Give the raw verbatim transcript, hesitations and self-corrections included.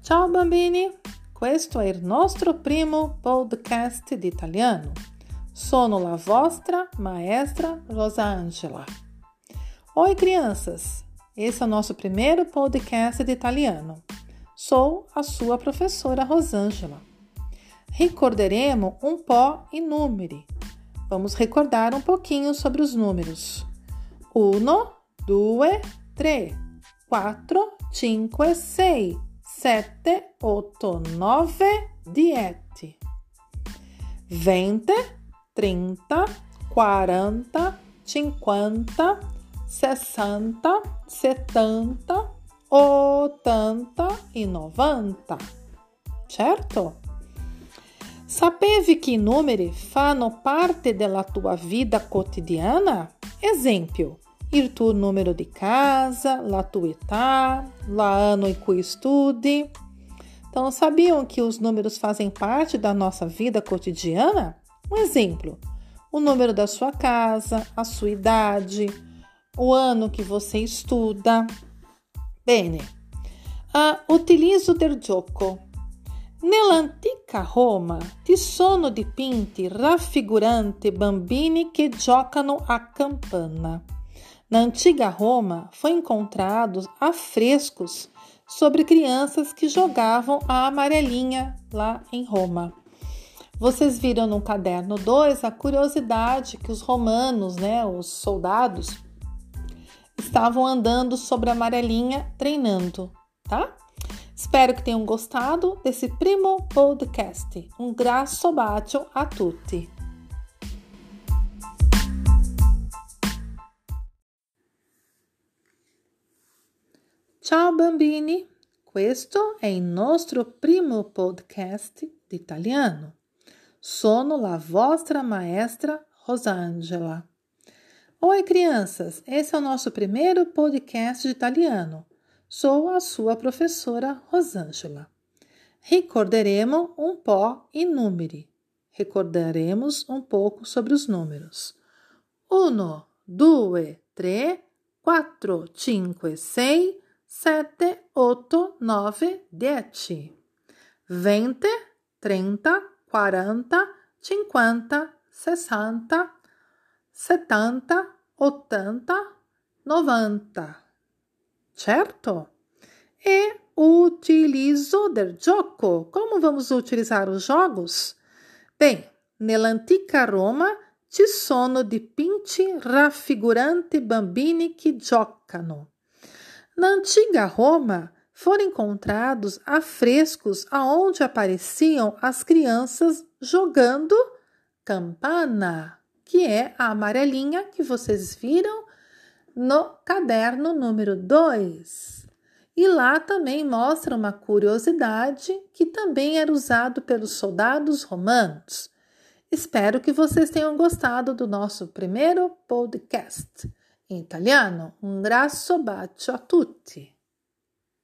Ciao bambini, questo è il nostro primo podcast di italiano. Sono la vostra maestra Rosângela. Oi crianças, esse é o nosso primeiro podcast de italiano. Sou a sua professora Rosângela. Ricorderemo um po' i numeri. Vamos recordar um pouquinho sobre os números. Uno, due, tre, quattro, cinque, sei, sette, otto, nove, dieci. Vinte, trinta, quaranta, cinquanta, sessanta, settanta, ottanta e novanta. Certo? Sapevi che i numeri fanno parte della tua vita quotidiana? Esempio, il tuo numero di casa, la tua età, l'anno in cui studi. Então, sabiam que os números fazem parte da nossa vida cotidiana? Um exemplo, o número da sua casa, a sua idade, o ano que você estuda. Bene, uh, utilizzo del gioco. Nell'antica Roma ci sono dipinti raffiguranti bambini che giocano a campana. Na antiga Roma, foi encontrados afrescos sobre crianças que jogavam a amarelinha lá em Roma. Vocês viram no caderno dois a curiosidade que os romanos, né, os soldados, estavam andando sobre a amarelinha treinando, tá? Espero que tenham gostado desse primo podcast. Um grasso bacio a tutti. Ciao bambini, questo è il nostro primo podcast di italiano. Sono la vostra maestra Rosângela. Oi crianças, esse é o nosso primeiro podcast de italiano. Sou a sua professora Rosângela. Ricorderemo um po' i numeri. Recordaremos um pouco sobre os números. Uno, due, tre, quattro, cinque, sei, sette, otto, nove, dieci. Vinte, trinta, quaranta, cinquanta, sessanta, settanta, ottanta, novanta. Certo? E o utilizzo del gioco. Como vamos utilizar os jogos? Bem, nell'antica Roma ci sono dipinti raffiguranti bambini che giocano. Na antiga Roma, foram encontrados afrescos aonde apareciam as crianças jogando campana, que é a amarelinha que vocês viram no caderno número dois. E lá também mostra uma curiosidade que também era usado pelos soldados romanos. Espero que vocês tenham gostado do nosso primeiro podcast. In italiano, un grasso bacio a tutti.